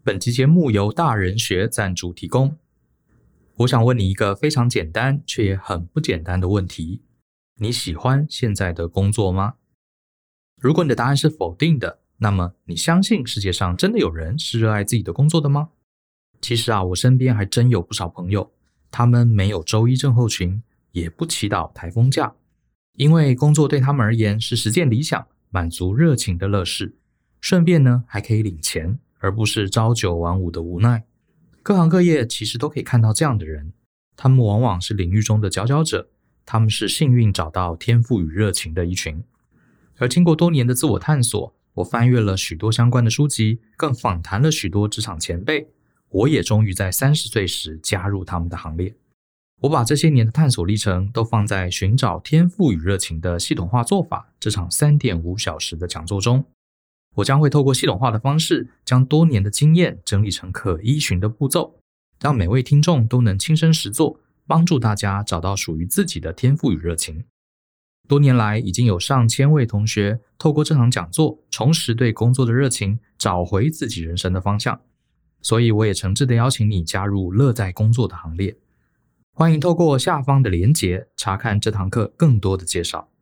本期节目由大人学赞助提供。我想问你一个非常简单却也很不简单的问题：你喜欢现在的工作吗？如果你的答案是否定的，那么你相信世界上真的有人是热爱自己的工作的吗？其实我身边还真有不少朋友，他们没有周一症候群，也不祈祷台风假，因为工作对他们而言是实现理想、满足热情的乐事，顺便呢还可以领钱，而不是朝九晚五的无奈。各行各业其实都可以看到这样的人，他们往往是领域中的佼佼者，他们是幸运找到天赋与热情的一群。而经过多年的自我探索，我翻阅了许多相关的书籍，更访谈了许多职场前辈，我也终于在30岁时加入他们的行列。我把这些年的探索历程都放在寻找天赋与热情的系统化做法这场 3.5 小时的讲座中。我将会透过系统化的方式，将多年的经验整理成可依循的步骤，让每位听众都能亲身实作，帮助大家找到属于自己的天赋与热情。多年来，已经有上千位同学透过这场讲座，重拾对工作的热情，找回自己人生的方向。所以我也诚挚地邀请你加入乐在工作的行列。欢迎透过下方的连结，查看这堂课更多的介绍。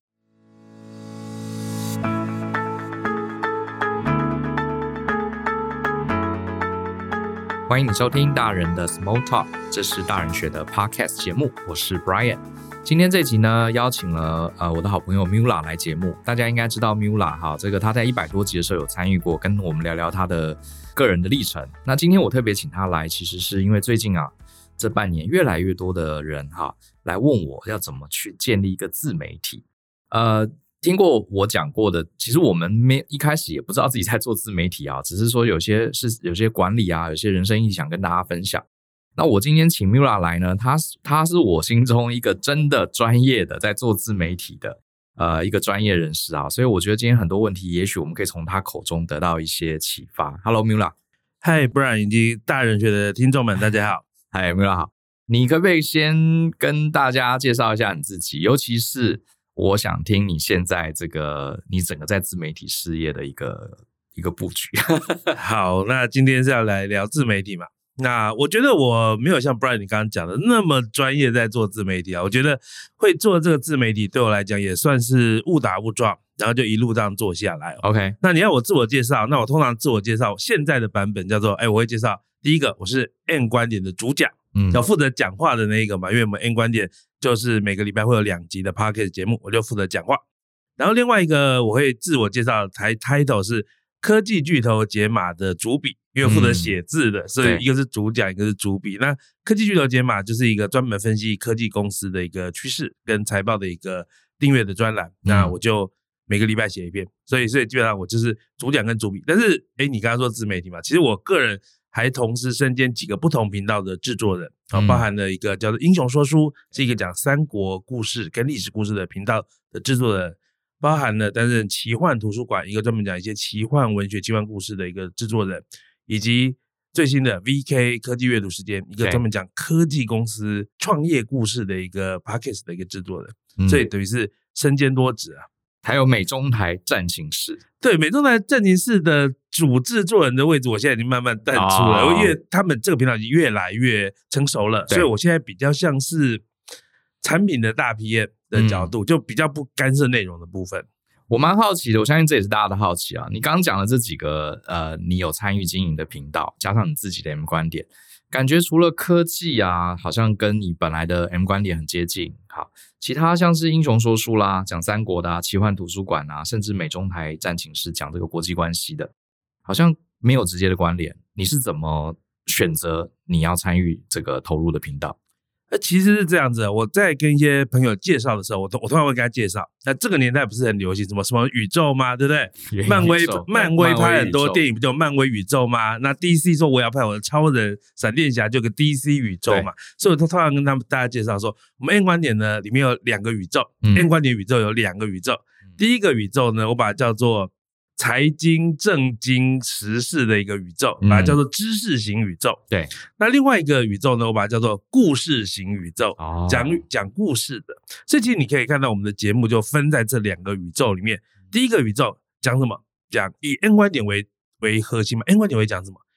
欢迎你收听大人的 Small Talk， 这是大人学的 Podcast 节目，我是 Brian。今天这集呢，邀请了我的好朋友 Mula 来节目。大家应该知道 Mula 哈，这个他在100多集的时候有参与过，跟我们聊聊他的个人的历程。那今天我特别请他来，其实是因为最近这半年越来越多的人来问我要怎么去建立一个自媒体。听过我讲过的，其实我们一开始也不知道自己在做自媒体只是说有些管理有些人生意想跟大家分享。那我今天请 Mula 来呢，他是我心中一个真的专业的在做自媒体的一个专业人士所以我觉得今天很多问题也许我们可以从他口中得到一些启发。 Hello Mula。 嗨 Brian 以及大人学的听众们大家好。 嗨 Mula 好。你可不可以先跟大家介绍一下你自己，尤其是我想听你现在你整个在自媒体事业的一个布局。 好，那今天是要来聊自媒体嘛。那我觉得我没有像 Brian 你刚刚讲的那么专业在做自媒体我觉得会做这个自媒体对我来讲也算是误打误撞，然后就一路这样做下来 OK。 那你要我自我介绍，那我通常自我介绍现在的版本叫做我会介绍第一个，我是 N 观点的主讲，要负责讲话的那一个嘛，因为我们 N 观点就是每个礼拜会有2集的 Podcast 节目，我就负责讲话。然后另外一个我会自我介绍title 是科技巨头解码的主笔，因为负责写字的，所以一个是主讲，一个是主笔。那科技巨头解码就是一个专门分析科技公司的一个趋势跟财报的一个订阅的专栏，那我就每个礼拜写一篇，所以基本上我就是主讲跟主笔。但是你刚刚说自媒体嘛，其实我个人还同时身兼几个不同频道的制作人，包含了一个叫做英雄说书，是一个讲三国故事跟历史故事的频道的制作人，包含了担任奇幻图书馆，一个专门讲一些奇幻文学奇幻故事的一个制作人，以及最新的 VK 科技阅读时间，一个专门讲科技公司创业故事的一个 Podcast 的一个制作人，所以等于是身兼多职还有美中台战情室。 对，美中台战情室的主制作人的位置我现在已经慢慢淡出了，因为他们这个频道已经越来越成熟了，所以我现在比较像是产品的大 PM 的角度，就比较不干涉内容的部分。 我蛮好奇的，我相信这也是大家的好奇你刚刚讲的这几个你有参与经营的频道，加上你自己的 M 观点，感觉除了科技好像跟你本来的 M 观点很接近。好，其他像是英雄说书啦，讲三国的奇幻图书馆甚至美中台战情室讲这个国际关系的，好像没有直接的关联。你是怎么选择你要参与这个投入的频道？ 其实是这样子我在跟一些朋友介绍的时候，我通常会跟他介绍，那这个年代不是很流行什么宇宙吗？对不对？漫威拍很多电影，不就漫威宇宙吗？那 DC 说我要拍我的超人闪电侠，就个 DC 宇宙嘛。所以我通常跟大家介绍说，我们 N 观点呢里面有2个宇宙，N 观点宇宙有2个宇宙。第一个宇宙呢，我把它叫做财经政经时事的一个宇宙，把它叫做知识型宇宙。 对， 那另外一个宇宙呢，我把它叫做故事型宇宙，讲故事的。所以其实你可以看到我们的节目就分在这2个宇宙里面。第一个宇宙讲什么？讲以 N 观点为核心嘛。N 观点会讲什么？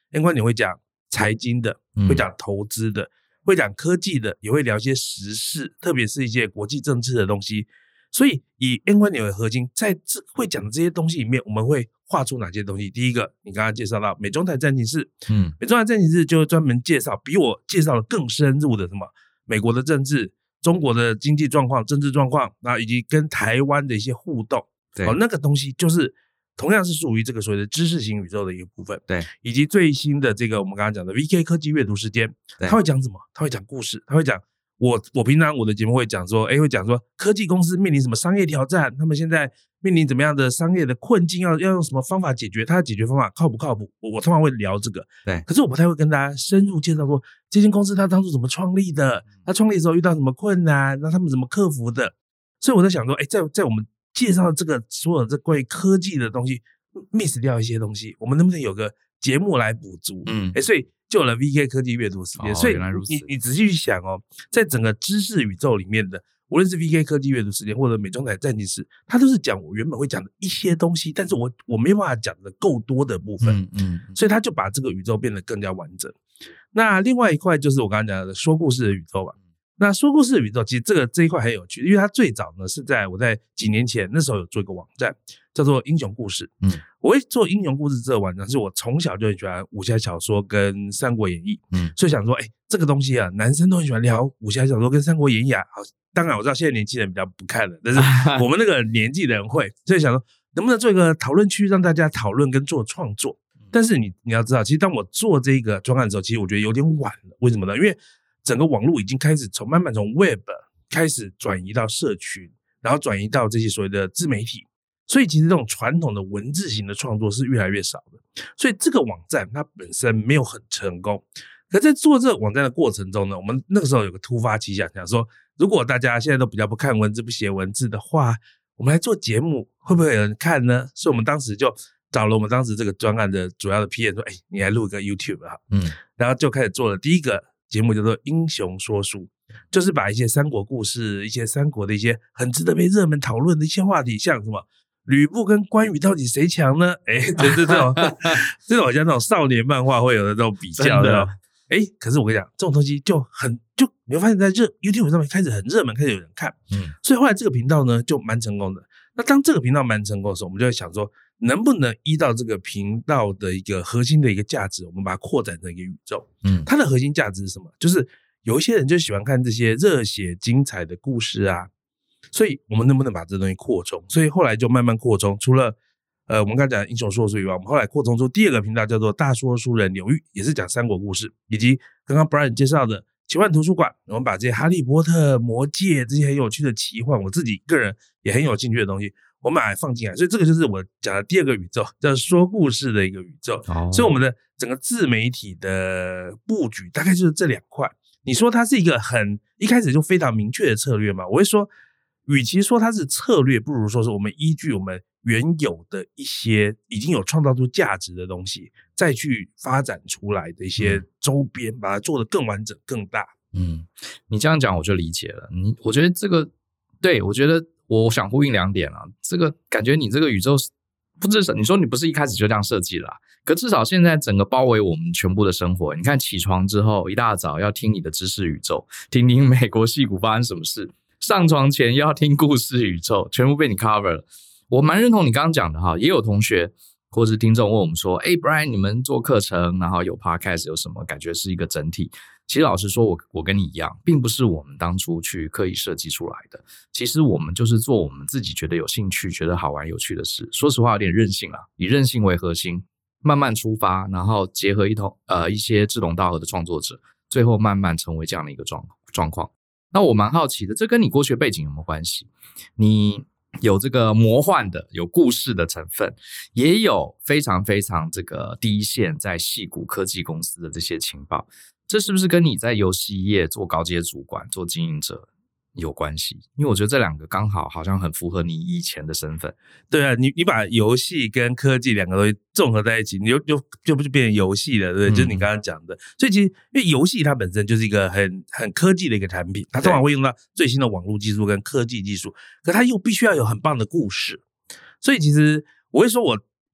N 观点会讲财经的，会讲投资的，会讲科技的，也会聊一些时事，特别是一些国际政治的东西。所以以 N 观点为核心，在会讲的这些东西里面，我们会画出哪些东西？第一个，你刚刚介绍到美中台战情室，美中台战情室就专门介绍比我介绍的更深入的什么美国的政治、中国的经济状况、政治状况，以及跟台湾的一些互动。那个东西就是同样是属于这个所谓的知识型宇宙的一个部分。 对， 以及最新的这个我们刚刚讲的 VK 科技阅读时间，他会讲什么？他会讲故事，他会讲我平常我的节目会讲说，会讲说科技公司面临什么商业挑战，他们现在面临怎么样的商业的困境，要用什么方法解决，他的解决方法靠不靠谱？我通常会聊这个。对，可是我不太会跟大家深入介绍说这间公司他当初怎么创立的，他创立的时候遇到什么困难，那他们怎么克服的。所以我在想说，在我们介绍这个所有这关于科技的东西 miss 掉一些东西，我们能不能有个节目来补足？所以就有了 VK 科技阅读时间。所以你仔细去想在整个知识宇宙里面的，无论是 VK 科技阅读时间或者美中台战情室，它都是讲我原本会讲的一些东西，但是我没办法讲的够多的部分。所以他就把这个宇宙变得更加完整。那另外一块就是我刚刚讲的说故事的宇宙吧。那说故事的宇宙其实这一块很有趣，因为它最早呢是我在几年前那时候有做一个网站叫做英雄故事。我会做英雄故事这个网站是我从小就很喜欢武侠小说跟三国演义。所以想说这个东西男生都很喜欢聊武侠小说跟三国演义好，当然我知道现在年轻人比较不看了，但是我们那个年纪的人会，所以想说能不能做一个讨论区让大家讨论跟做创作。但是你要知道，其实当我做这个专案的时候，其实我觉得有点晚了。为什么呢？因为整个网络已经开始慢慢从 Web 开始转移到社群，然后转移到这些所谓的自媒体，所以其实这种传统的文字型的创作是越来越少的。所以这个网站它本身没有很成功。可在做这个网站的过程中呢，我们那个时候有个突发奇想，想说如果大家现在都比较不看文字不写文字的话，我们来做节目会不会有人看呢？所以我们当时就找了我们当时这个专案的主要的 PM 说你来录一个 YouTube 哈。然后就开始做了第一个节目叫做英雄说书，就是把一些三国故事，一些三国的一些很值得被热门讨论的一些话题，像什么吕布跟关羽到底谁强呢？这种好像那种少年漫画会有的这种比较的。可是我跟你讲，这种东西就你会发现在YouTube 上面开始很热门，开始有人看。所以后来这个频道呢就蛮成功的。那当这个频道蛮成功的时候，我们就会想说能不能依照这个频道的一个核心的一个价值，我们把它扩展成一个宇宙。它的核心价值是什么？就是有一些人就喜欢看这些热血精彩的故事啊，所以我们能不能把这东西扩充？所以后来就慢慢扩充，除了我们刚才讲英雄说书以外，我们后来扩充出第二个频道叫做大说书人刘玉，也是讲三国故事，以及刚刚 Brian 介绍的奇幻图书馆，我们把这些哈利波特、魔戒这些很有趣的奇幻，我自己个人也很有兴趣的东西，我们把它放进来。所以这个就是我讲的第二个宇宙，叫说故事的一个宇宙。所以我们的整个自媒体的布局大概就是这两块。你说它是一个一开始就非常明确的策略吗？我会说与其说它是策略，不如说是我们依据我们原有的一些已经有创造出价值的东西，再去发展出来的一些周边，把它做得更完整更大。 你这样讲我就理解了。我觉得这个对，我觉得我想呼应两点啊。这个感觉你这个宇宙不至少你说你不是一开始就这样设计了可至少现在整个包围我们全部的生活。你看起床之后一大早要听你的知识宇宙，听听美国矽谷发生什么事，上床前要听故事宇宙，全部被你 cover 了。我蛮认同你刚刚讲的哈，也有同学或是听众问我们说Brian 你们做课程然后有 podcast 有什么感觉是一个整体。其实老实说我跟你一样，并不是我们当初去刻意设计出来的，其实我们就是做我们自己觉得有兴趣觉得好玩有趣的事。说实话有点任性啦，以任性为核心慢慢出发，然后结合一些志同道合的创作者，最后慢慢成为这样的一个状况。那我蛮好奇的，这跟你过去的背景有没有关系？你有这个魔幻的有故事的成分，也有非常非常这个第一线在矽谷科技公司的这些情报，这是不是跟你在游戏业做高阶主管做经营者有关系？因为我觉得这两个刚好像很符合你以前的身份。 对啊，你把游戏跟科技两个东西综合在一起，你就变成游戏了，对不对？就是你刚刚讲的。所以其实因为游戏它本身就是一个很科技的一个产品，它通常会用到最新的网络技术跟科技技术，可它又必须要有很棒的故事。所以其实我会说我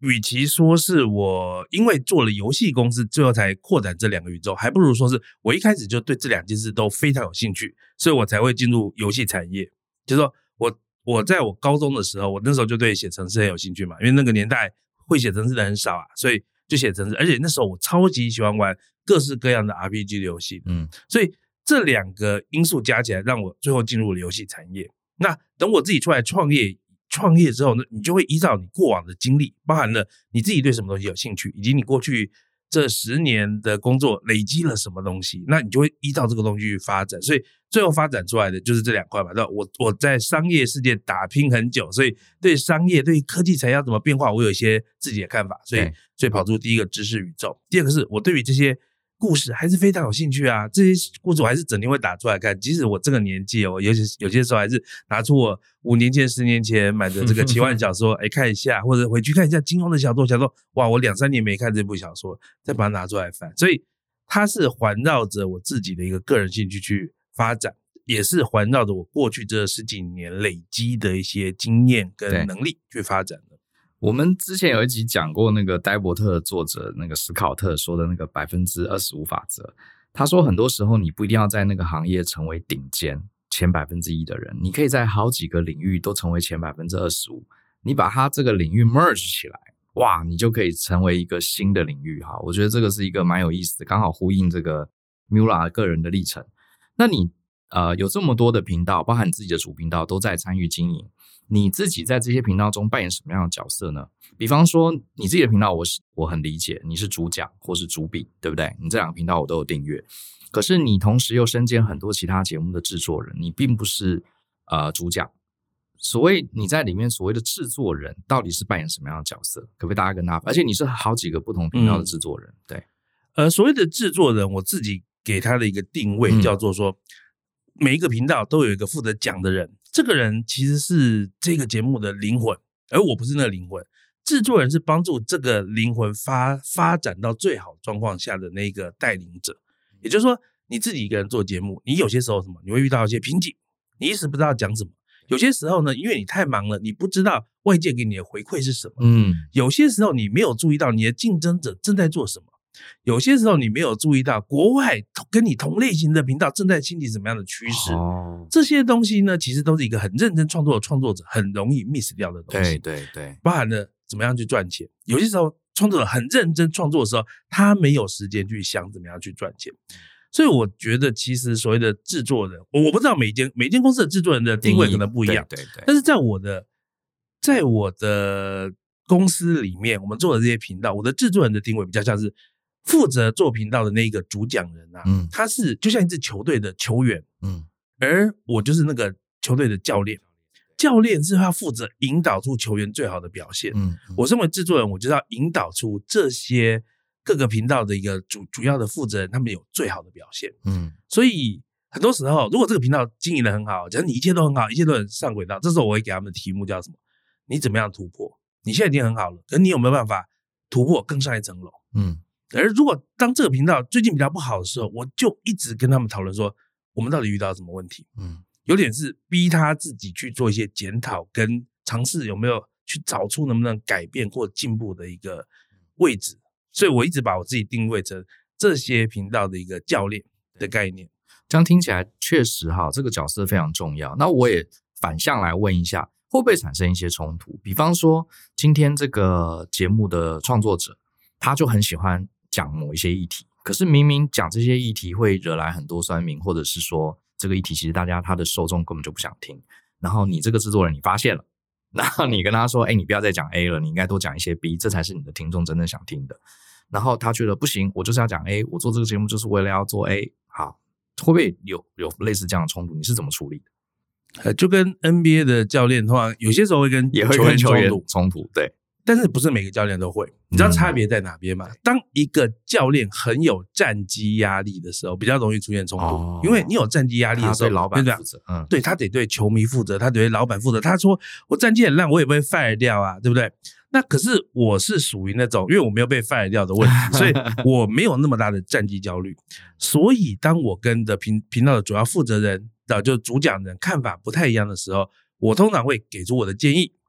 与其说是我因为做了游戏公司最后才扩展这2个宇宙，还不如说是我一开始就对这2件事都非常有兴趣，所以我才会进入游戏产业。就是说我在我高中的时候，我那时候就对写程式很有兴趣嘛，因为那个年代会写程式的很少啊，所以就写程式，而且那时候我超级喜欢玩各式各样的 RPG 的游戏，所以这2个因素加起来让我最后进入了游戏产业。那等我自己出来创业之后呢，你就会依照你过往的经历，包含了你自己对什么东西有兴趣，以及你过去这10年的工作累积了什么东西，那你就会依照这个东西去发展，所以最后发展出来的就是这2块嘛。我在商业世界打拼很久，所以对商业对科技产业要怎么变化我有一些自己的看法，所以跑出第一个知识宇宙。第二个是我对于这些故事还是非常有兴趣啊，这些故事我还是整天会打出来看，即使我这个年纪有些时候还是拿出我5年前10年前买的这个奇幻小说看一下，或者回去看一下金庸的小说，哇我2-3年没看这部小说，再把它拿出来翻，所以它是环绕着我自己的一个个人兴趣去发展，也是环绕着我过去这10几年累积的一些经验跟能力去发展的。 我们之前有一集讲过那个呆伯特的作者那个史考特说的那个25%法则，他说很多时候你不一定要在那个行业成为顶尖前1%的人，你可以在好几个领域都成为前25%，你把它这个领域 merge 起来，哇，你就可以成为一个新的领域哈。我觉得这个是一个蛮有意思的，刚好呼应这个 Miula 个人的历程。那你有这么多的频道，包含你自己的主频道都在参与经营，你自己在这些频道中扮演什么样的角色呢？比方说你自己的频道我很理解，你是主讲或是主笔，对不对？你这2个频道我都有订阅，可是你同时又身兼很多其他节目的制作人，你并不是主讲，所谓你在里面所谓的制作人到底是扮演什么样的角色？可不可以大家跟他，而且你是好几个不同频道的制作人，对， 所谓的制作人我自己给他的一个定位叫做说每一个频道都有一个负责讲的人，这个人其实是这个节目的灵魂，而我不是那个灵魂。制作人是帮助这个灵魂发展到最好状况下的那个带领者。也就是说你自己一个人做节目，你有些时候什么你会遇到一些瓶颈，你一时不知道讲什么，有些时候呢因为你太忙了，你不知道外界给你的回馈是什么，有些时候你没有注意到你的竞争者正在做什么，有些时候你没有注意到国外跟你同类型的频道正在兴起什么样的趋势，这些东西呢其实都是一个很认真创作的创作者很容易 miss 掉的东西。对，包含了怎么样去赚钱，有些时候创作者很认真创作的时候，他没有时间去想怎么样去赚钱。所以我觉得其实所谓的制作人，我不知道每间公司的制作人的定位可能不一样，对，但是在我的公司里面，我们做的这些频道，我的制作人的定位比较像是负责做频道的那个主讲人啊，他是就像一支球队的球员，而我就是那个球队的教练。教练是要负责引导出球员最好的表现，我身为制作人，我就要引导出这些各个频道的一个主要的负责人，他们有最好的表现。所以很多时候如果这个频道经营得很好，假如你一切都很好，一切都很上轨道，这时候我会给他们的题目叫什么？你怎么样突破？你现在已经很好了，可是你有没有办法突破更上一层楼？而如果当这个频道最近比较不好的时候，我就一直跟他们讨论说我们到底遇到什么问题，有点是逼他自己去做一些检讨跟尝试有没有去找出能不能改变或进步的一个位置。所以我一直把我自己定位成这些频道的一个教练的概念。 这样听起来确实这个角色非常重要。那我也反向来问一下，会不会产生一些冲突？比方说今天这个节目的创作者他就很喜欢讲某一些议题，可是明明讲这些议题会惹来很多酸民，或者是说这个议题其实他的受众根本就不想听，然后你这个制作人你发现了，然后你跟他说你不要再讲 A 了，你应该多讲一些 B， 这才是你的听众真正想听的。然后他觉得不行，我就是要讲 A， 我做这个节目就是为了要做 A。 好，会不会有类似这样的冲突？你是怎么处理的？ 就跟 NBA 的教练通常有些时候也会跟球员冲突，对， 但是不是每个教练都会。你知道差别在哪边吗？当一个教练很有战绩压力的时候，比较容易出现冲突，因为你有战绩压力的时候， 他对老板负责， 对，他得对球迷负责，他得对老板负责。他说我战绩很烂，我也不会 fire 掉啊，对不对？那可是我是属于那种，因为我没有被 fire 掉的问题，所以我没有那么大的战绩焦虑。所以当我跟的频道的主要负责人就是主讲人看法不太一样的时候，我通常会给出我的建议。 对，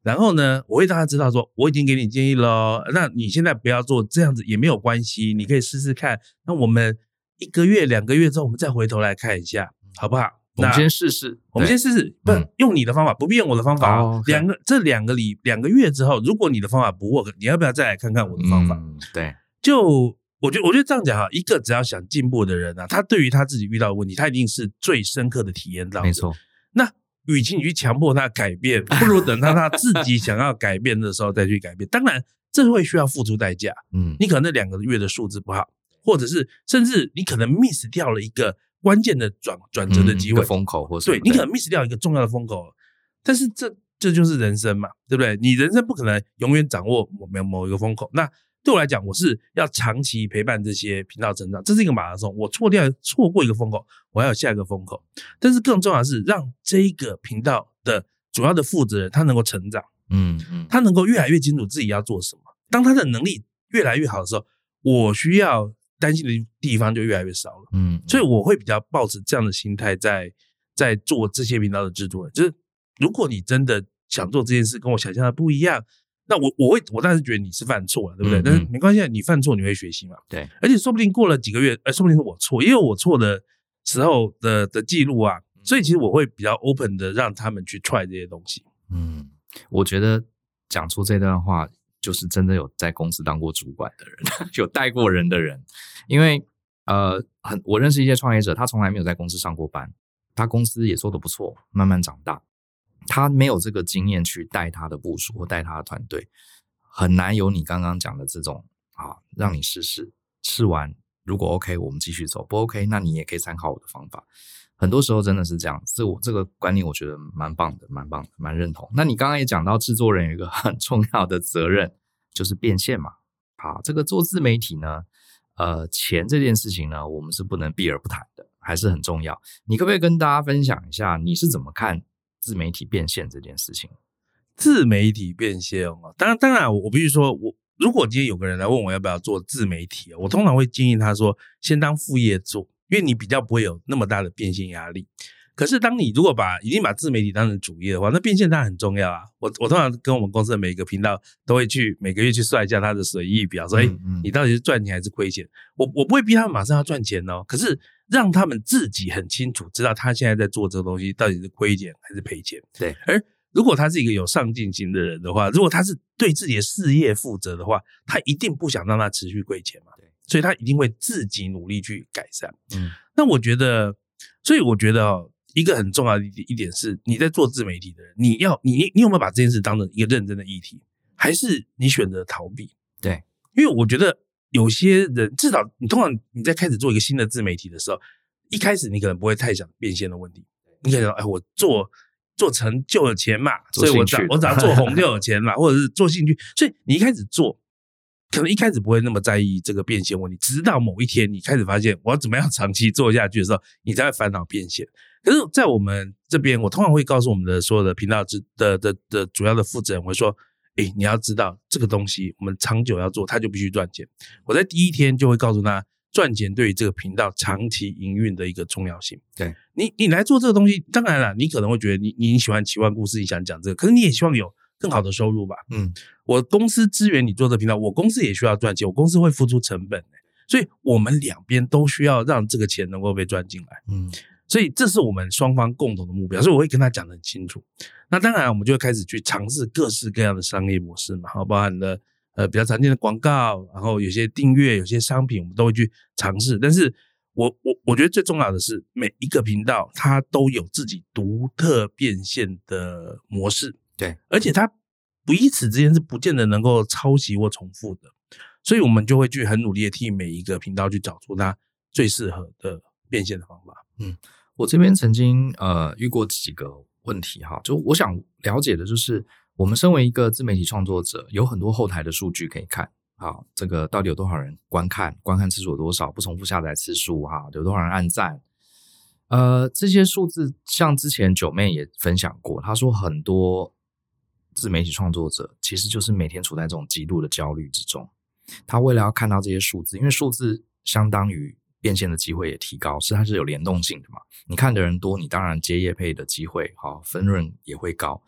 然后呢，我会让他知道说，我已经给你建议了，那你现在不要做这样子也没有关系，你可以试试看。那我们1个月、2个月之后，我们再回头来看一下，好不好？ 我们先试试， 不用你的方法，不必用我的方法。这两个月之后，如果你的方法不 work， 你要不要再来看看我的方法？ 对， 就我觉得这样讲一个只要想进步的人他对于他自己遇到的问题，他一定是最深刻的体验到的。 没错。 那与其你去强迫他改变，不如等到他自己想要改变的时候再去改变。当然，这会需要付出代价。你可能那2个月的数字不好，或者是甚至你可能 miss 掉了一个关键的转折的机会， 一个风口或是对，你可能 miss 掉一个重要的风口。但是这就是人生嘛，对不对？你人生不可能永远掌握某一个风口。那对我来讲，我是要长期陪伴这些频道成长，这是一个马拉松。我错过一个风口，我还有下一个风口。但是更重要的是，让这一个频道的主要的负责人他能够成长，他能够越来越清楚自己要做什么。当他的能力越来越好的时候，我需要担心的地方就越来越少了。所以我会比较抱持这样的心态在做这些频道的制作人，就是如果你真的想做这件事跟我想象的不一样，那我当然是觉得你是犯错了，对不对？但是没关系，你犯错你会学习嘛。 对， 而且说不定过了几个月，说不定是我错，也有我错的时候的记录啊。所以其实我会比较 open 的让他们去 try 这些东西。 我觉得讲出这段话，就是真的有在公司当过主管的人，有带过人的人。因为我认识一些创业者，他从来没有在公司上过班，他公司也做得不错，慢慢长大。他没有这个经验去带他的部属或带他的团队，很难有你刚刚讲的这种让你试完，如果 OK 我们继续走，不 OK 那你也可以参考我的方法。很多时候真的是这样，这个观念我觉得蛮棒的，蛮认同。那你刚刚也讲到制作人有一个很重要的责任，就是变现嘛。好，这个做自媒体呢，钱这件事情呢，我们是不能避而不谈的，还是很重要。你可不可以跟大家分享一下，你是怎么看自媒体变现这件事情？ 自媒体变现当然我必须说，如果今天有个人来问我要不要做自媒体，我通常会建议他说先当副业做，因为你比较不会有那么大的变现压力。可是当你如果已经把自媒体当成主业的话，那变现当然很重要啊。我通常跟我们公司的每个频道都会去每个月去算一下他的损益表，说你到底是赚钱还是亏钱。我不会逼他们马上要赚钱可是让他们自己很清楚知道他现在在做这个东西到底是亏钱还是赔钱。 对， 而如果他是一个有上进心的人的话，如果他是对自己的事业负责的话，他一定不想让他持续亏钱嘛。对，所以他一定会自己努力去改善。那我觉得一个很重要的一点是，你在做自媒体的人，你有没有把这件事当成一个认真的议题，还是你选择逃避？对，因为我觉得有些人，至少通常你在开始做一个新的自媒体的时候，一开始你可能不会太想变现的问题，你可能说我做成就有钱嘛，所以我只要做红就有钱嘛，或者是做兴趣，所以你一开始做，可能一开始不会那么在意这个变现问题，直到某一天你开始发现我要怎么样长期做下去的时候，你才会烦恼变现。可是在我们这边，我通常会告诉我们的所有的频道的主要的负责人，我会说你要知道这个东西我们长久要做，它就必须赚钱。我在第一天就会告诉他，赚钱对于这个频道长期营运的一个重要性。对，你来做这个东西，当然了，你可能会觉得你喜欢奇幻故事，你想讲这个，可是你也希望有更好的收入吧。我公司支援你做这个频道，我公司也需要赚钱，我公司会付出成本，所以我们两边都需要让这个钱能够被赚进来。所以这是我们双方共同的目标，所以我会跟他讲得很清楚。那当然我们就会开始去尝试各式各样的商业模式嘛，包含了比较常见的广告，然后有些订阅，有些商品我们都会去尝试。但是我觉得最重要的是，每一个频道它都有自己独特变现的模式。对，而且它彼此之间是不见得能够抄袭或重复的，所以我们就会去很努力的替每一个频道去找出它最适合的变现的方法。 我这边曾经遇过几个问题哈，就我想了解的就是我们身为一个自媒体创作者，有很多后台的数据可以看。好，这个到底有多少人观看次数有多少，不重复下载次数哈，有多少人按赞。这些数字像之前九妹也分享过，她说很多自媒体创作者其实就是每天处在这种极度的焦虑之中。他为了要看到这些数字，因为数字相当于变现的机会也提高，它是有联动性的嘛。你看的人多，你当然接业配的机会分润也会高。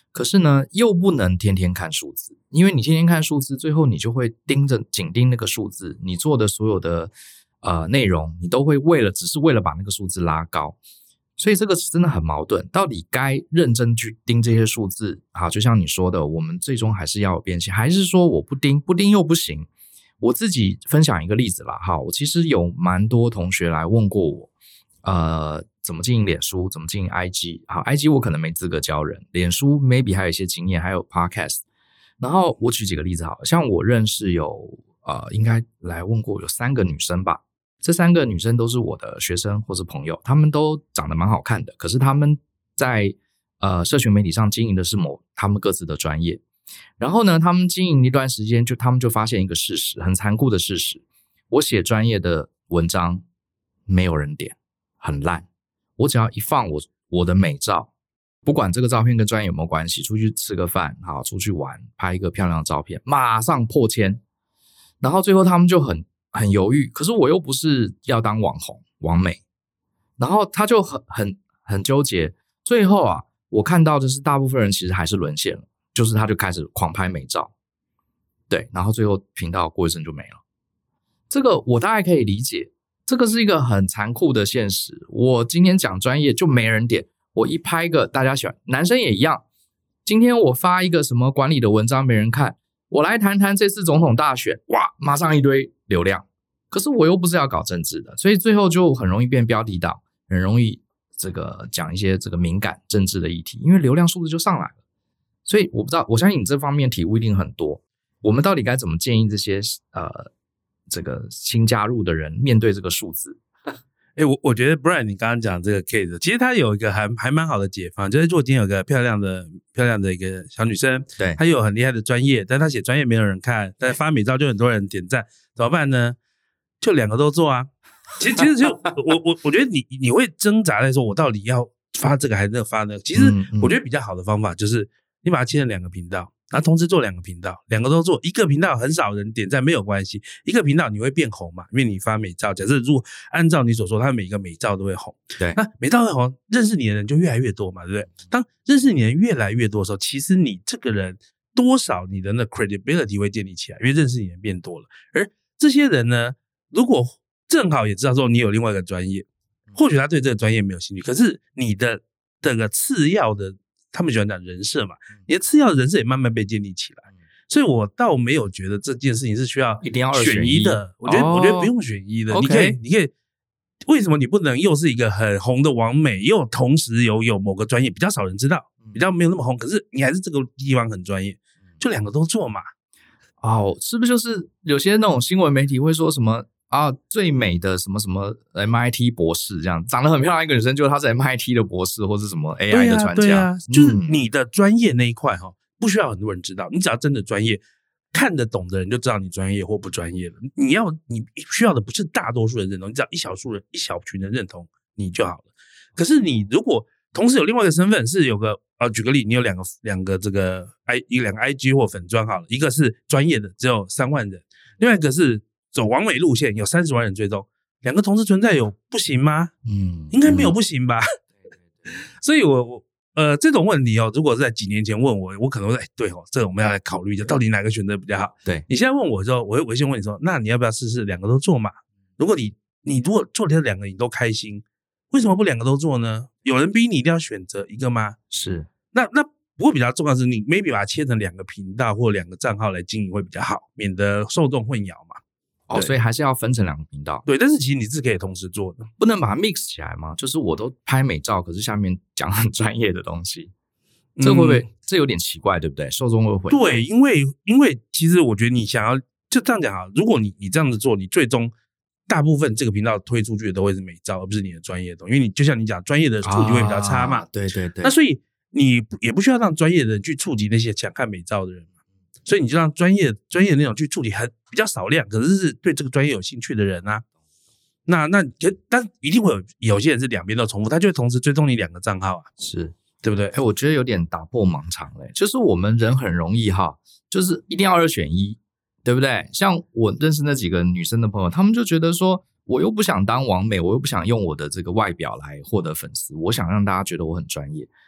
可是呢又不能天天看数字，因为你天天看数字，最后你就会紧盯那个数字，你做的所有的内容你都会只是为了把那个数字拉高，所以这个是真的很矛盾，到底该认真去盯这些数字，好，就像你说的，我们最终还是要有变现，还是说我不盯又不行？我自己分享一个例子啦，好，我其实有蛮多同学来问过我怎么经营脸书，怎么经营 IG。 好， IG 我可能没资格教人，脸书 maybe 还有一些经验，还有 podcast。 然后我举几个例子好了，像我认识应该来问过有3个女生吧，这3个女生都是我的学生或是朋友，她们都长得蛮好看的，可是她们在社群媒体上经营的是她们各自的专业。然后呢，他们经营一段时间，他们就发现一个事实，很残酷的事实，我写专业的文章没有人点，很烂。我只要一放我的美照，不管这个照片跟专业有没有关系，出去吃个饭，好，出去玩，拍一个漂亮的照片，马上破千。然后最后他们就很犹豫，可是我又不是要当网红网美，然后他就很纠结。最后啊，我看到的是大部分人其实还是沦陷了，就是他就开始狂拍美照，对，然后最后频道过一阵就没了。这个我大概可以理解，这个是一个很残酷的现实。我今天讲专业就没人点，我一拍个大家喜欢，男生也一样。今天我发一个什么管理的文章没人看，我来谈谈这次总统大选，哇，马上一堆流量。可是我又不是要搞政治的，所以最后就很容易变标题党，很容易讲一些敏感政治的议题，因为流量数字就上来了。所以我不知道，我相信你这方面体悟一定很多。我们到底该怎么建议这些新加入的人面对这个数字？ 我觉得 Brian 你刚刚讲这个 case， 其实他有一个还蛮好的解方，就是如果今天有个漂亮的一个小女生， 对， 她有很厉害的专业，但她写专业没有人看，但发美照就很多人点赞，怎么办呢？就2个都做啊。其实就我觉得你会挣扎在说，我到底要发这个还是发那个？其实我觉得比较好的方法就是你把它切成2个频道，然后同时做2个频道，2个都做。一个频道很少人点赞没有关系，一个频道你会变红嘛，因为你发美照。假设如果按照你所说，它每个美照都会红， 对， 那美照会红，认识你的人就越来越多嘛，对不对？当认识你的人越来越多的时候，其实你这个人多少你的那 credibility 会建立起来，因为认识你的人变多了。而这些人呢，如果正好也知道说你有另外一个专业，或许他对这个专业没有兴趣，可是你的这个次要的，他们喜欢讲人设嘛，你的次要的人设也慢慢被建立起来。所以我倒没有觉得这件事情是需要一定要选一的，我觉得不用选一的。 Okay. 你可以，为什么你不能又是一个很红的网美，又同时有某个专业比较少人知道，比较没有那么红，可是你还是这个地方很专业，就2个都做嘛。 是不是就是有些那种新闻媒体会说什么最美的什么什么 MIT 博士，这样长得很漂亮一个女生，就是她是 MIT 的博士，或是什么 AI 的专家。 对啊，就是你的专业那一块不需要很多人知道，你只要真的专业，看得懂的人就知道你专业或不专业了。你需要的不是大多数人认同，你只要一小群人认同你就好了。可是你如果同时有另外一个身份，是有个举个例，你有两个这个两个 IG 或粉专好了，一个是专业的只有3万人，另外一个是走网美路线有30万人追踪，2个同时存在有不行吗？应该没有不行吧。所以我这种问题如果是在几年前问我可能会对这个我们要来考虑一下，到底哪个选择比较好。 对， 你现在问我的时候，我会先问你说，那你要不要试试2个都做嘛？如果你如果做这2个你都开心，为什么不2个都做呢？有人逼你一定要选择一个吗？ 是。 那不过比较重要的是，你 maybe 把它切成2个频道或2个账号来经营会比较好，免得受众混淆嘛。 所以还是要分成2个频道。 对，但是其实你是可以同时做的， 不能把它 mix 起来吗？就是我都拍美照，可是下面讲很专业的东西，这会不会这有点奇怪，对不对？受众会混淆。 对，因为其实我觉得你想要就这样讲如果你这样子做，你最终大部分这个频道推出去的都会是美照，而不是你的专业的东西，因为你就像你讲，专业的触及会比较差嘛。 对对对。 那所以你也不需要让专业的人去触及那些想看美照的人嘛。所以你就让专业的那种去处理比较少量，可是对这个专业有兴趣的人啊，但一定会有些人是2边都重复，他就会同时追踪你2个账号啊， 是对不对？ 我觉得有点打破盲肠嘞，就是我们人很容易就是一定要2选1，对不对？像我认识那几个女生的朋友，他们就觉得说，我又不想当网美，我又不想用我的这个外表来获得粉丝，我想让大家觉得我很专业。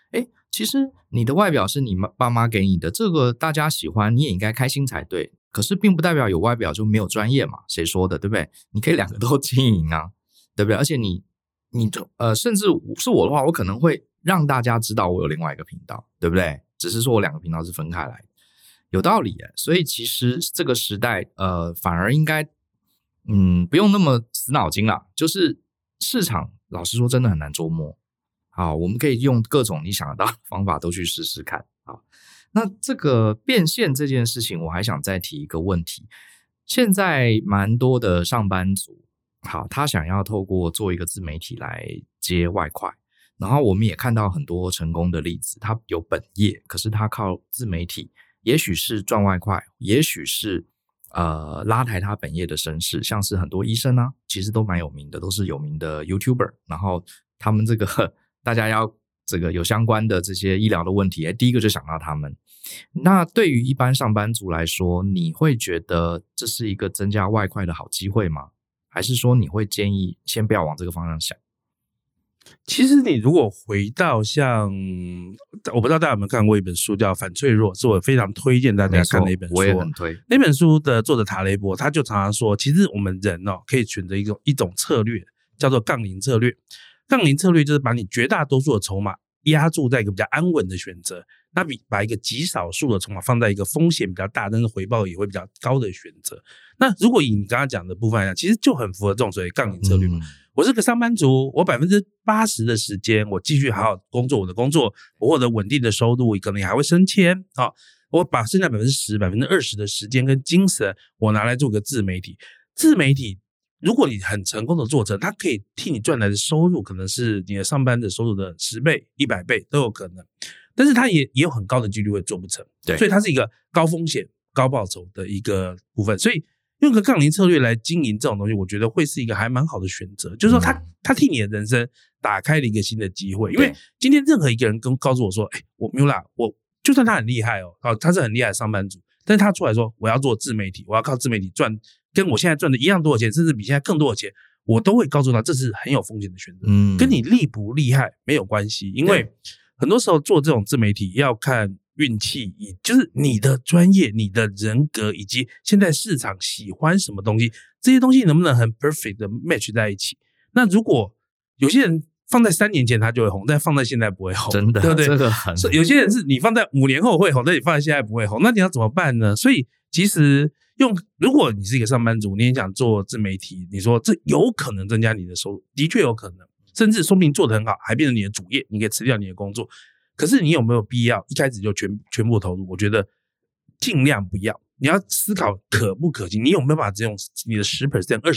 其实你的外表是你爸妈给你的，这个大家喜欢，你也应该开心才对。可是并不代表有外表就没有专业嘛，谁说的，对不对？你可以两个都经营啊，对不对？而且你甚至是我的话，我可能会让大家知道我有另外一个频道，对不对？只是说我两个频道是分开来的，有道理耶。所以其实这个时代反而应该不用那么死脑筋啦，就是市场老实说真的很难捉摸。好，我们可以用各种你想得到的方法都去试试看。好，那这个变现这件事情，我还想再提一个问题。现在蛮多的上班族，好，他想要透过做一个自媒体来接外快，然后我们也看到很多成功的例子，他有本业，可是他靠自媒体，也许是赚外快，也许是拉抬他本业的声势，像是很多医生啊，其实都蛮有名的，都是有名的 YouTuber， 然后他们这个大家要这个有相关的这些医疗的问题，第一个就想到他们。那对于一般上班族来说，你会觉得这是一个增加外快的好机会吗？还是说你会建议先不要往这个方向想？ 其实你如果回到像我不知道大家有没有看过一本书叫《反脆弱》，是我非常推荐大家看的一本书。 我也很推。 那本书的作者塔雷伯他就常常说，其实我们人可以选择一种策略，叫做杠铃策略。杠铃策略就是把你绝大多数的筹码压注在一个比较安稳的选择，那把一个极少数的筹码放在一个风险比较大但是回报也会比较高的选择。那如果以你刚刚讲的部分来讲，其实就很符合这种所谓杠铃策略嘛。我是个上班族，我 80% 的时间我继续好好工作我的工作，我获得稳定的收入，可能也还会升迁，我把剩下 10% 20% 的时间跟精神我拿来做个自媒体。自媒体如果你很成功的做成，它可以替你赚来的收入可能是你的上班的收入的10倍100倍都有可能，但是它也有很高的几率会做不成， 对， 所以它是一个高风险高报酬的一个部分。所以用个杠铃策略来经营这种东西，我觉得会是一个还蛮好的选择，就是说它替你的人生打开了一个新的机会。因为今天任何一个人告诉我说我 Miula 我就算他很厉害他是很厉害的上班族，但是他出来说我要做自媒体，我要靠自媒体赚跟我现在赚的一样多的钱，甚至比现在更多的钱，我都会告诉他这是很有风险的选择，跟你厉不厉害没有关系。因为很多时候做这种自媒体要看运气，就是你的专业你的人格以及现在市场喜欢什么东西，这些东西能不能很 perfect 的 match 在一起。那如果有些人放在3年前他就会红，但放在现在不会红， 真的， 对不对？ 这个很有些人是你放在5年后会红，但你放在现在不会红，那你要怎么办呢？所以其实如果你是一个上班族，你也想做自媒体，你说这有可能增加你的收入，的确有可能，甚至说不定做得很好还变成你的主业，你可以辞掉你的工作。可是你有没有必要一开始就全部投入？我觉得尽量不要，你要思考可不可行，你有没有办法只用你的 10%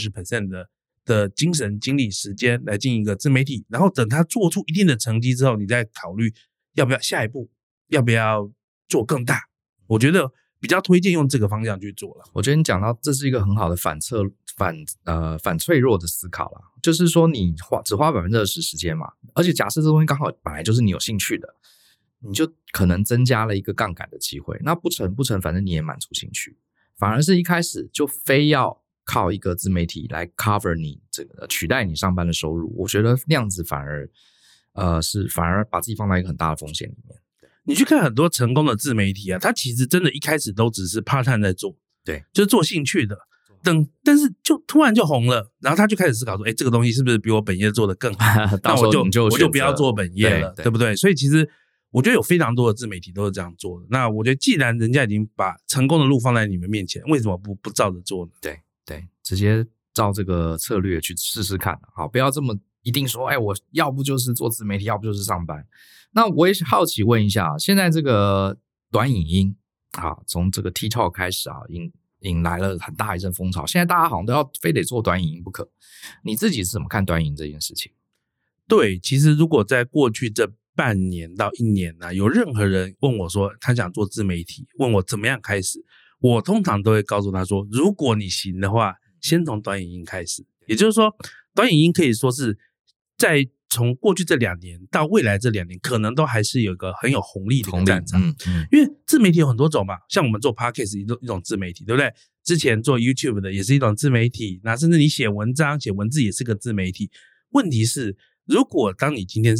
20% 的精神精力时间来经营一个自媒体，然后等他做出一定的成绩之后，你再考虑要不要下一步，要不要做更大。我觉得比较推荐用这个方向去做了。 我觉得你讲到这是一个很好的反脆弱的思考啦，就是说你只花 20% 时间嘛，而且假设这东西刚好本来就是你有兴趣的，你就可能增加了一个杠杆的机会，那不成，反正你也满足兴趣，反而是一开始就非要靠一个自媒体来 cover 你这个取代你上班的收入，我觉得那样子反而把自己放在一个很大的风险里面。 你去看很多成功的自媒体他其实真的一开始都只是 part time 在做， 对， 就是做兴趣的，但是就突然就红了，然后他就开始思考说这个东西是不是比我本业做得更好那我就不要做本业了， 对不对？所以其实我觉得有非常多的自媒体都是这样做的。那我觉得既然人家已经把成功的路放在你们面前，为什么不照着做呢？ 对，直接照这个策略去试试看，好，不要这么一定说我要不就是做自媒体，要不就是上班。那我也好奇问一下，现在这个短影音从这个 TikTok 开始引来了很大一阵风潮，现在大家好像都要非得做短影音不可。你自己是怎么看短影音这件事情？ 对，其实如果在过去这半年到1年有任何人问我说他想做自媒体，问我怎么样开始，我通常都会告诉他说，如果你行的话，先从短影音开始。也就是说，短影音可以说是在从过去这2年到未来这2年，可能都还是有一个很有红利的一个战场。因为自媒体有很多种嘛，像我们做 Podcast 一种自媒体，对不对？之前做 YouTube 的也是一种自媒体，那甚至你写文章写文字也是个自媒体。问题是，如果当你今天是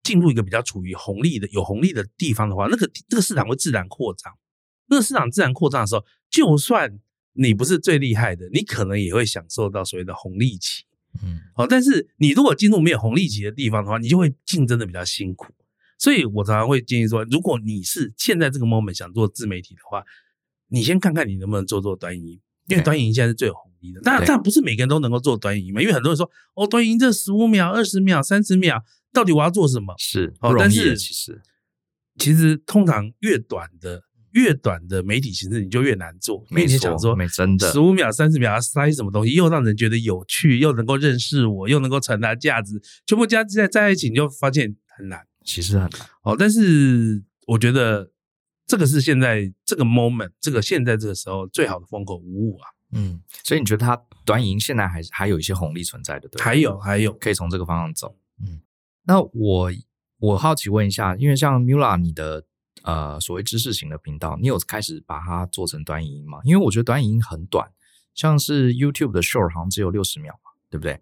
进入一个比较处于有红利的地方的话，那个市场会自然扩张。那个市场自然扩张的时候，就算你不是最厉害的，你可能也会享受到所谓的红利期。但是你如果进入没有红利期的地方的话，你就会竞争的比较辛苦。所以我常常会建议说，如果你是现在这个 moment 想做自媒体的话，你先看看你能不能做短影音，因为短影音现在是最有红利的。当然不是每个人都能够做短影音嘛，因为很多人说短影音这15秒、20秒、30秒，到底我要做什么？ 是不容易的。 其实通常越短的媒体形式你就越难做，因为你想说真的 15秒、30秒要塞什么东西，又让人觉得有趣，又能够认识我，又能够传达价值，全部加在一起，你就发现很难。 其实很难。 但是我觉得这个是现在这个 moment， 现在这个时候最好的风口无误啊。 所以你觉得它短影音现在还有一些红利存在的，对吧？ 还有可以从这个方向走。那我好奇问一下，因为像 Miula 你的所谓知识型的频道，你有开始把它做成短影音吗？因为我觉得短影音很短，像是 YouTube 的 Short 好像只有60秒嘛，对不对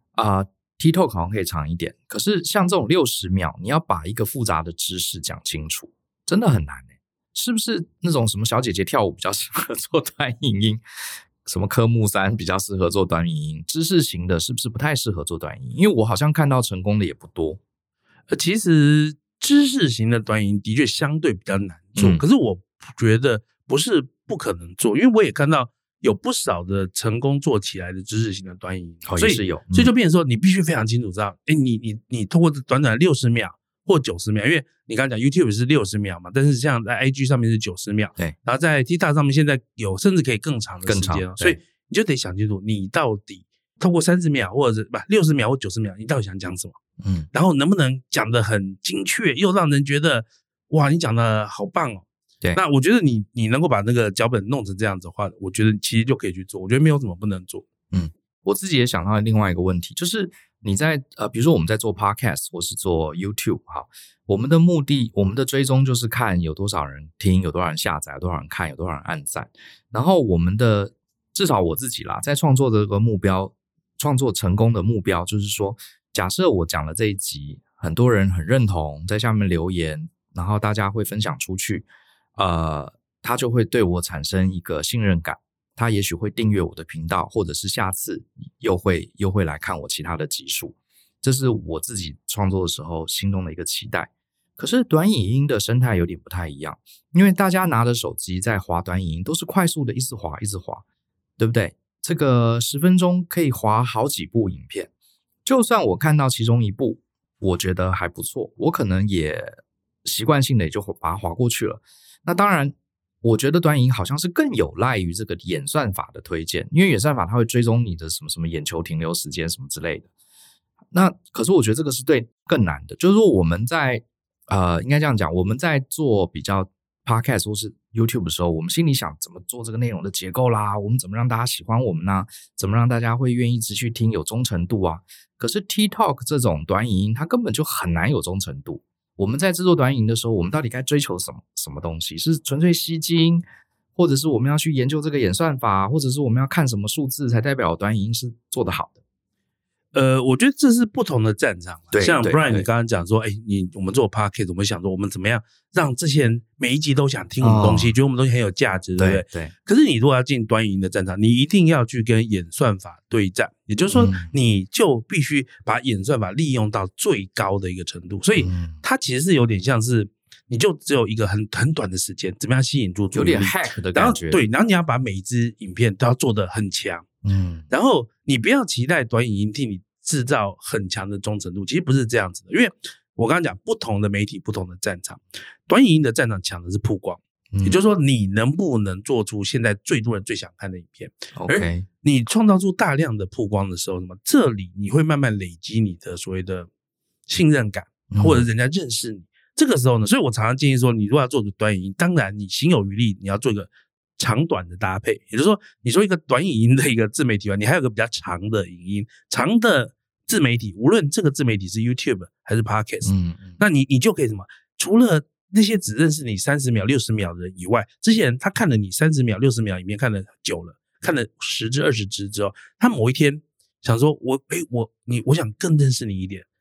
？TikTok 好像可以长一点，可是像这种60秒，你要把一个复杂的知识讲清楚，真的很难欸。是不是那种什么小姐姐跳舞比较适合做短影音，什么科目3比较适合做短影音，知识型的是不是不太适合做短影音？因为我好像看到成功的也不多。 其实知识型的短影音的确相对比较难做，可是我觉得不是不可能做，因为我也看到有不少的成功做起来的知识型的短影音， 所以就变成说你必须非常清楚知道，你透过短短的60秒或90秒，因为你刚才讲 YouTube 是60秒嘛，但是像在 IG 上面是90秒， 对， 然后在 TikTok 上面现在有甚至可以更长的时间，所以你就得想清楚，你到底透过30秒或者是60秒或90秒，你到底想讲什么？然后能不能讲得很精确，又让人觉得哇，你讲的好棒哦。 对， 那我觉得你能够把那个脚本弄成这样子的话，我觉得其实就可以去做，我觉得没有什么不能做。 我自己也想到另外一个问题，就是你在比如说我们在做 podcast 或是做 YouTube 我们的目的，我们的追踪就是看有多少人听，有多少人下载，有多少人看，有多少人按赞。然后我们的至少我自己啦，在创作的这个目标，创作成功的目标就是说，假设我讲了这一集，很多人很认同，在下面留言，然后大家会分享出去，他就会对我产生一个信任感，他也许会订阅我的频道，或者是下次又会来看我其他的集数，这是我自己创作的时候心中的一个期待。可是短影音的生态有点不太一样，因为大家拿着手机在滑短影音都是快速的一直滑，对不对？这个10分钟可以滑好几部影片，就算我看到其中一部我觉得还不错，我可能也习惯性的也就把它滑过去了。那当然我觉得短影音好像是更有赖于这个演算法的推荐，因为演算法它会追踪你的什么眼球停留时间什么之类的。那可是我觉得这个是对更难的，就是说我们在应该这样讲，我们在做比较 podcast 或是 YouTube 的时候，我们心里想怎么做这个内容的结构啦，我们怎么让大家喜欢我们啊，怎么让大家会愿意持续听，有忠诚度啊。可是 TikTok 这种短影音它根本就很难有忠诚度。我们在制作短影音的时候，我们到底该追求什么东西？是纯粹吸睛，或者是我们要去研究这个演算法，或者是我们要看什么数字才代表短影音是做得好的？ 我觉得这是不同的战场。 对， 像 Brian 你刚刚讲说，我们做 Podcast， 我们想说我们怎么样让这些人每一集都想听我们东西，觉得我们东西很有价值，对不对？ 对。 可是你如果要进短影音的战场，你一定要去跟演算法对战，也就是说，你就必须把演算法利用到最高的一个程度。所以它其实是有点像是，你就只有一个很短的时间，怎么样吸引住注意力， 有点 hack 的感觉。 然后你要把每一支影片都要做得很强，然后你不要期待短影音替你制造很强的忠诚度，其实不是这样子的。因为我刚刚讲不同的媒体不同的战场，短影音的战场强的是曝光，也就是说你能不能做出现在最多人最想看的影片。而你创造出大量的曝光的时候，这里你会慢慢累积你的所谓的信任感，或者人家认识你。这个时候呢，所以我常常建议说，你如果要做短影音，当然你行有余力，你要做一个长短的搭配。也就是说，你说一个短影音的一个自媒体，你还有一个比较长的影音，长的自媒体，无论这个自媒体是 YouTube 还是 Podcast，那你就可以什么？除了那些只认识你30秒、60秒的人以外，这些人他看了你30秒、60秒影片看了久了，看了10支、20支之后，他某一天想说，我想更认识你一点，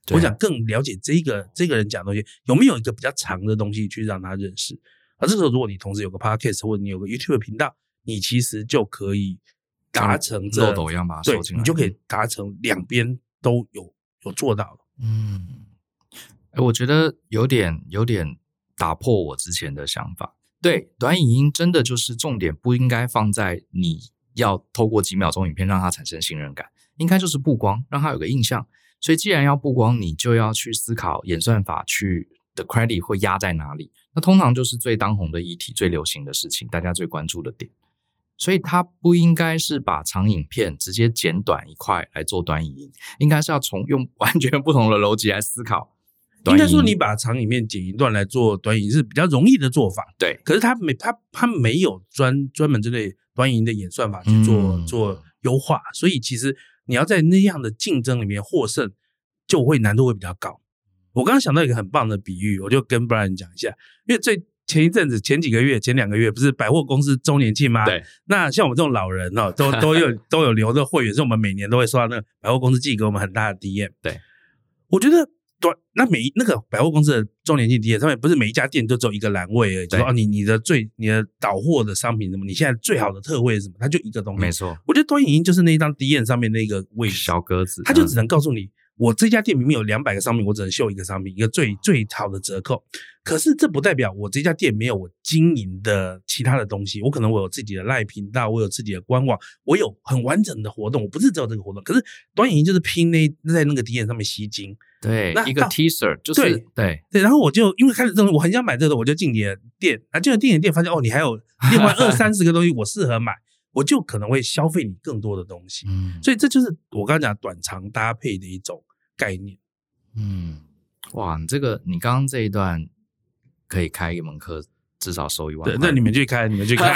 我想更了解这个人讲的东西有没有一个比较长的东西去让他认识。这时候如果你同时有个 podcast 或者你有个 YouTube 频道，你其实就可以达成漏斗一样把它收进来， 对，你就可以达成两边都有做到了。 我觉得有点打破我之前的想法。对，短影音真的就是重点不应该放在你要透过几秒钟影片让它产生信任感，应该就是曝光，让它有个印象。所以既然要曝光，你就要去思考演算法去的 credit 会压在哪里。那通常就是最当红的议题、最流行的事情、大家最关注的点。所以它不应该是把长影片直接剪短一块来做短影音，应该是要用完全不同的逻辑来思考。 应该说你把长影片剪一段来做短影音是比较容易的做法， 对。 可是它没有专门针对短影音的演算法去做优化，所以其实你要在那样的竞争里面获胜，就会难度会比较高。我刚刚想到一个很棒的比喻，我就跟 Brian 讲一下，因为前一阵子、前几个月、前2个月不是百货公司周年庆吗？对。那像我们这种老人都有留的会员，所以我们每年都会收到那个百货公司寄给我们很大的 DM。对。我觉得那个百货公司的周年庆 DM 上面不是每一家店都只有一个栏位而已，就说你的导货的商品什么，你现在最好的特惠是什么，它就一个东西。没错。我觉得短影音就是那一张 DM 上面那个位置小格子，它就只能告诉你。我这家店明明有200个商品，我只能秀一个商品，一个最好的折扣。可是这不代表我这家店没有我经营的其他的东西，我可能我有自己的 LINE 频道，我有自己的官网，我有很完整的活动，我不是只有这个活动。可是短影音就是拼在那个 DM 上面吸睛，对，一个 teaser 就是对，然后我就因为开始这种我很想买这个，我就进你的店，进了进你的店发现你还有另外20-30个东西我适合买。我就可能会消费你更多的东西，所以这就是我刚刚讲短长搭配的一种概念。 哇，你刚刚这一段可以开一门课，至少收1万块。对， 那你们去开，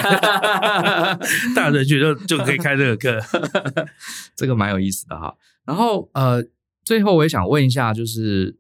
大人学就可以开这个课， 这个蛮有意思的哈。然后最后我也想问一下，就是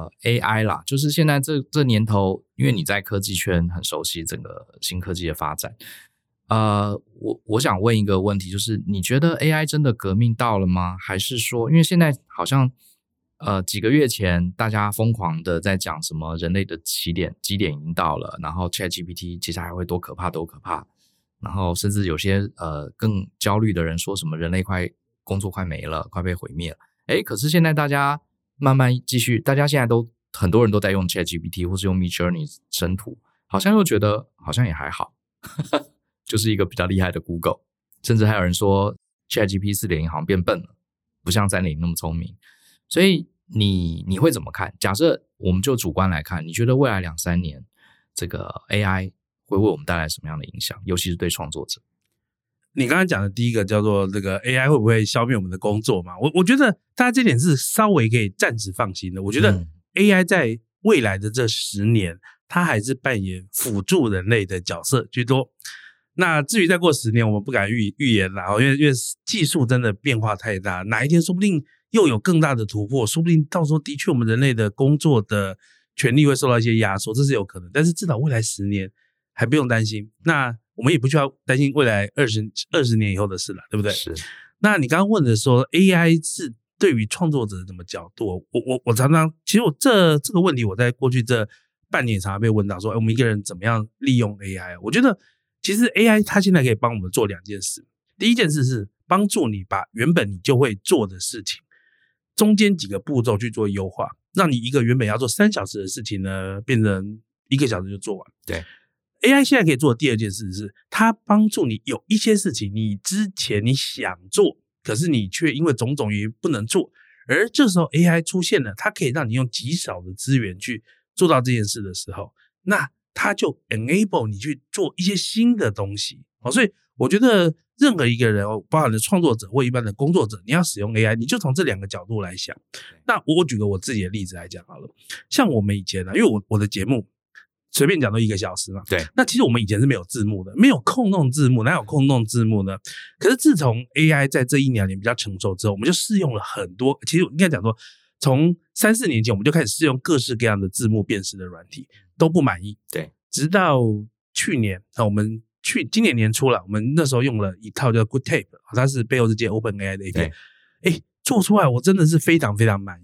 AI 啦，就是现在这年头，因为你在科技圈很熟悉整个新科技的发展。我想问一个问题，就是你觉得 AI 真的革命到了吗？还是说，因为现在好像几个月前大家疯狂的在讲什么人类的基点已经到了，然后 ChatGPT 接下来会多可怕，然后甚至有些更焦虑的人说什么人类工作快没了，快被毁灭了。可是现在大家慢慢继续，大家现在很多人都在用 ChatGPT 或是用 Midjourney 生图，好像又觉得好像也还好。就是一个比较厉害的 Google， 甚至还有人说 ChatGPT 4.0 好像变笨了，不像 3.0 那么聪明。所以你会怎么看？假设我们就主观来看，你觉得未来2-3年这个 AI 会为我们带来什么样的影响，尤其是对创作者？ 你刚才讲的第一个叫做这个 AI 会不会消灭我们的工作嘛？我觉得大家这点是稍微可以暂时放心的。我觉得 AI 在未来的这10年，它还是扮演辅助人类的角色居多。那至于再过10年，我们不敢预言啦，因为技术真的变化太大，哪一天说不定又有更大的突破，说不定到时候的确我们人类的工作的权利会受到一些压缩，这是有可能。但是至少未来10年还不用担心，那我们也不需要担心未来20年以后的事了，对不对？是。那你刚刚问的说 AI 是对于创作者的什么角度，我常常其实这个问题我在过去这半年常常被问到说我们一个人怎么样利用 AI。 我觉得其实 AI 它现在可以帮我们做2件事。第一件事是帮助你把原本你就会做的事情中间几个步骤去做优化，让你一个原本要做3小时的事情呢变成1个小时就做完。对， AI 现在可以做的第2件事是它帮助你有一些事情你之前你想做，可是你却因为种种原因不能做，而这时候 AI 出现了，它可以让你用极少的资源去做到这件事的时候，那它就 enable 你去做一些新的东西。所以我觉得任何一个人包含了创作者或一般的工作者，你要使用 AI 你就从这2个角度来想。那我举个我自己的例子来讲好了，像我们以前因为我的节目随便讲都1个小时嘛，对，那其实我们以前是没有字幕的，没有空弄字幕，哪有空弄字幕呢？可是自从 AI 在这1-2年比较成熟之后，我们就试用了很多，其实应该讲说从3-4年前我们就开始试用各式各样的字幕辨识的软体，都不满意。对，直到去年今年年初了，我们那时候用了一套叫 Good Tape， 它是背后是接 OpenAI 的 API，做出来我真的是非常非常满意。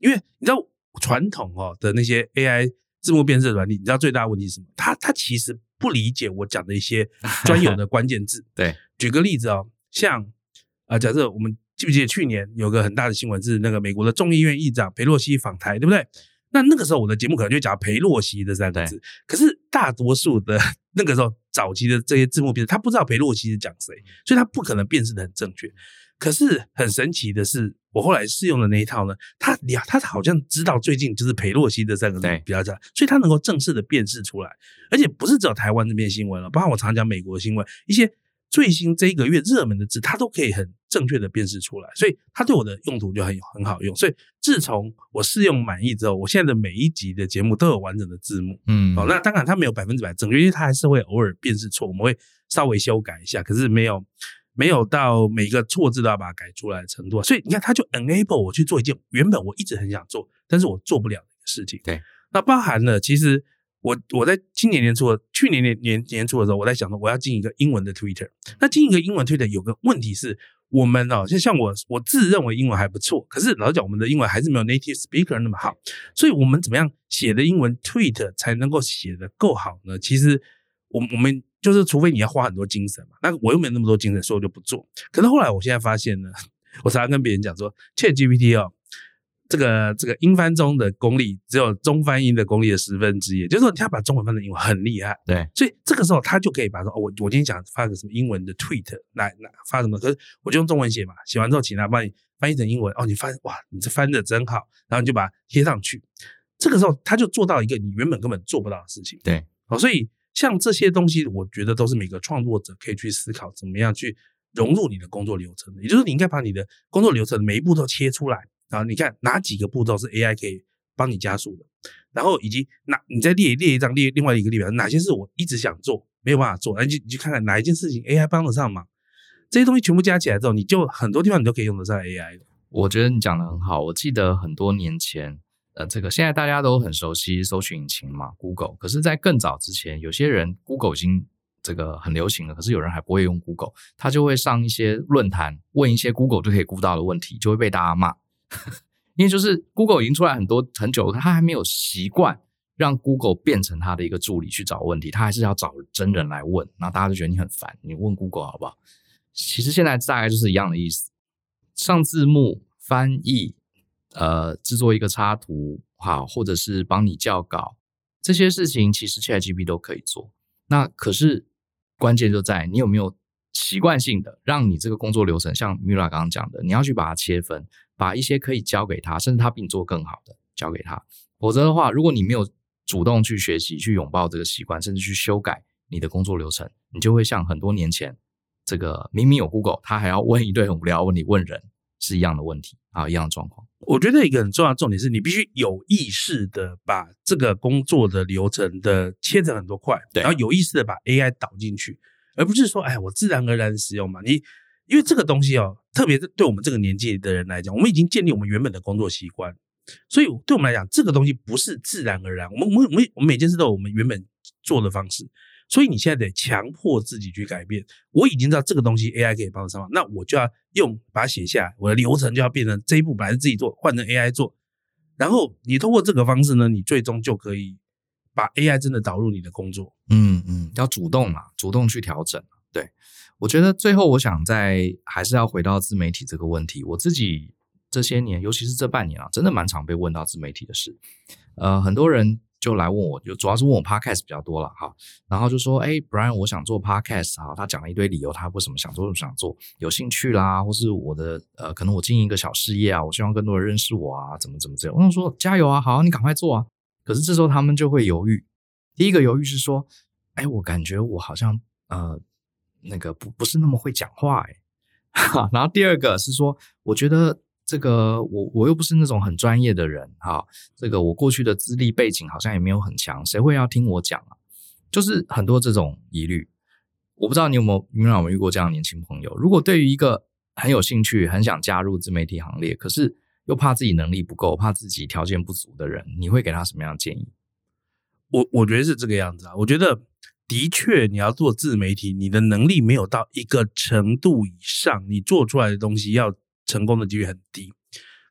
因为你知道传统的那些 AI 字幕辨识的软体，你知道最大的问题是什么？它其实不理解我讲的一些专有的关键字。 对， 举个例子像假设我们记不记得去年有个很大的新闻是那个美国的众议院议长裴洛西访台，对不对？那个时候我的节目可能就讲裴洛西这3个字，可是大多数的那个时候早期的这些字幕辨识，他不知道裴洛西是讲谁，所以他不可能辨识的很正确。可是很神奇的是，我后来试用的那一套呢，他好像知道最近就是裴洛西这3个字比较讲，所以他能够正式的辨识出来，而且不是只有台湾这边新闻了，包括我常讲美国的新闻，一些最新这一个月热门的字，它都可以很正确的辨识出来，所以它对我的用途就很好用。所以自从我试用满意之后，我现在的每一集的节目都有完整的字幕。那当然它没有100%正确，因为它还是会偶尔辨识错，我们会稍微修改一下，可是没有到每个错字都要把它改出来的程度。所以你看，它就 enable 我去做一件原本我一直很想做，但是我做不了的事情。 对，那包含了其实我在去年年初的时候，我在想说我要进一个英文的 Twitter。那进一个英文 Twitter 有个问题是，我们像我自认为英文还不错，可是老实讲，我们的英文还是没有 native speaker 那么好。所以我们怎么样写的英文 tweet 才能够写得够好呢？其实我们就是除非你要花很多精神嘛，那我又没有那么多精神，所以我就不做。可是后来我现在发现呢，我常常跟别人讲说 ChatGPT 这个英翻中的功力只有中翻英的功力的1/10，也就是说他把中文翻成英文很厉害。 对， 所以这个时候他就可以把说我今天想发个什么英文的 tweet 来发什么，可是我就用中文写嘛，写完之后请他帮你翻译成英文，你翻哇你这翻的真好，然后你就把它贴上去。这个时候他就做到一个你原本根本做不到的事情。 对， 所以像这些东西我觉得都是每个创作者可以去思考怎么样去融入你的工作流程的，也就是你应该把你的工作流程每一步都切出来，然后你看哪几个步骤是 AI 可以帮你加速的，然后以及你再列另外一个列表，哪些是我一直想做没有办法做，你去看看哪一件事情 AI 帮得上忙，这些东西全部加起来之后，你就很多地方你都可以用得上 AI 的。 我觉得你讲得很好，我记得很多年前这个现在大家都很熟悉搜寻引擎嘛 Google， 可是在更早之前，有些人 Google 已经这个很流行了，可是有人还不会用 Google， 他就会上一些论坛问一些 Google 就可以估到的问题，就会被大家骂因为就是 Google 已经出来很久了，他还没有习惯让 Google 变成他的一个助理去找问题，他还是要找真人来问，然后大家就觉得你很烦，你问 Google 好不好？其实现在大概就是一样的意思，上字幕、翻译制作一个插图好，或者是帮你校稿，这些事情其实 ChatGPT 都可以做。那可是关键就在你有没有习惯性的让你这个工作流程，像 Miula 刚刚讲的，你要去把它切分，把一些可以交给他，甚至他比你做更好的交给他。否则的话，如果你没有主动去学习、去拥抱这个习惯，甚至去修改你的工作流程，你就会像很多年前这个明明有 Google， 他还要问一堆很无聊的问题，问人是一样的问题啊，一样的状况。 我觉得一个很重要的重点是你必须有意识的把这个工作的流程的切成很多块，然后有意识的把 AI 导进去，而不是说我自然而然使用嘛。因为这个东西特别是对我们这个年纪的人来讲，我们已经建立我们原本的工作习惯，所以对我们来讲，这个东西不是自然而然。我们每件事都有我们原本做的方式，所以你现在得强迫自己去改变。我已经知道这个东西 AI 可以帮得上，那我就要把它写下来，我的流程就要变成这一步本来是自己做，换成 AI 做。然后你通过这个方式呢，你最终就可以把 AI 真的导入你的工作。 要主动嘛，主动去调整。对，我觉得最后我想还是要回到自媒体这个问题。我自己这些年，尤其是这半年真的蛮常被问到自媒体的事。很多人就来问我，就主要是问我 podcast 比较多了哈，然后就说Brian 我想做 podcast 哈，他讲了一堆理由，他为什么想做有兴趣啦，或是我的可能我经营一个小事业我希望更多人认识我怎么这样。我想说加油好，你赶快做可是这时候他们就会犹豫。第一个犹豫是说我感觉我好像那个不是那么会讲话然后第二个是说我觉得这个我又不是那种很专业的人这个我过去的资历背景好像也没有很强，谁会要听我讲就是很多这种疑虑。我不知道你有没有遇过这样的年轻朋友，如果对于一个很有兴趣很想加入自媒体行列，可是又怕自己能力不够，怕自己条件不足的人，你会给他什么样的建议？ 我觉得是这个样子我觉得的确你要做自媒体，你的能力没有到一个程度以上，你做出来的东西要成功的几率很低。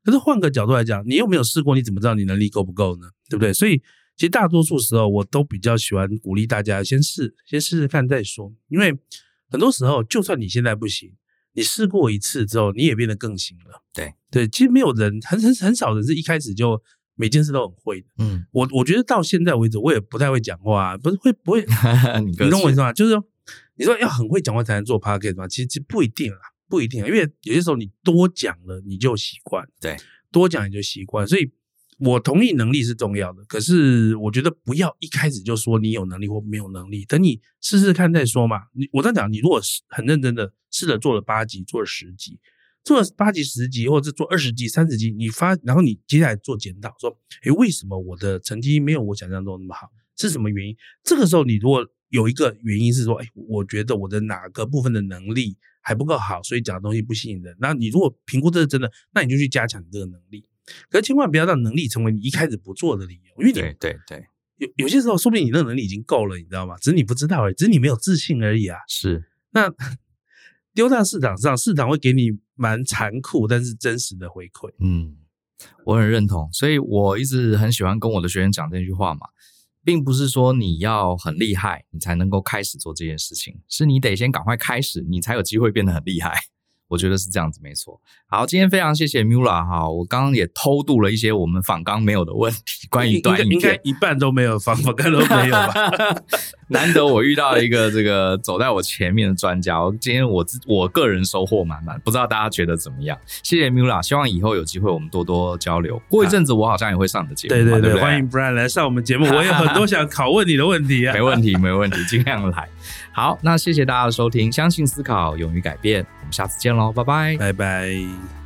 可是换个角度来讲，你又没有试过，你怎么知道你能力够不够呢？对不对？所以其实大多数时候我都比较喜欢鼓励大家先试试看再说，因为很多时候就算你现在不行，你试过一次之后你也变得更行了。对，其实没有人很少人是一开始就每件事都很会的。我觉得到现在为止我也不太会讲话，不会你懂我意思吗？就是说你说要很会讲话才能做 podcast 吗？其实不一定啦，因为有些时候你多讲了你就习惯， 对， 多讲你就习惯，所以我同意能力是重要的，可是我觉得不要一开始就说你有能力或没有能力，等你试试看再说嘛。我这样讲，你如果很认真的试了做了8集，做了10集，做了8集10集，或者是做20集30集，然后你接下来做检讨，说为什么我的成绩没有我想象中那么好，是什么原因？这个时候你如果有一个原因是说我觉得我的哪个部分的能力还不够好，所以讲的东西不吸引人，那你如果评估这是真的，那你就去加强你这个能力。可是千万不要让能力成为你一开始不做的理由，因为对， 有些时候说不定你那个能力已经够了，你知道吗？只是你不知道而已，只是你没有自信而已啊。 是， 那丢到市场上，市场会给你蛮残酷但是真实的回馈。 我很认同，所以我一直很喜欢跟我的学员讲这句话嘛，并不是说你要很厉害你才能够开始做这件事情，是你得先赶快开始，你才有机会变得很厉害。我觉得是这样子没错。好，今天非常谢谢 Miula 哈，我刚刚也偷渡了一些我们访纲没有的问题，关于短影片应该一半都没有，访纲都没有吧？ 难得我遇到一个这个走在我前面的专家，今天我个人收获满满，不知道大家觉得怎么样？谢谢 Miula， 希望以后有机会我们多多交流。过一阵子我好像也会上你的节目，对， 欢迎 Brian 来上我们节目，我有很多想拷问你的问题啊。 没问题，尽量来。好，那谢谢大家的收听，相信思考，勇于改变，我们下次见咯，拜拜。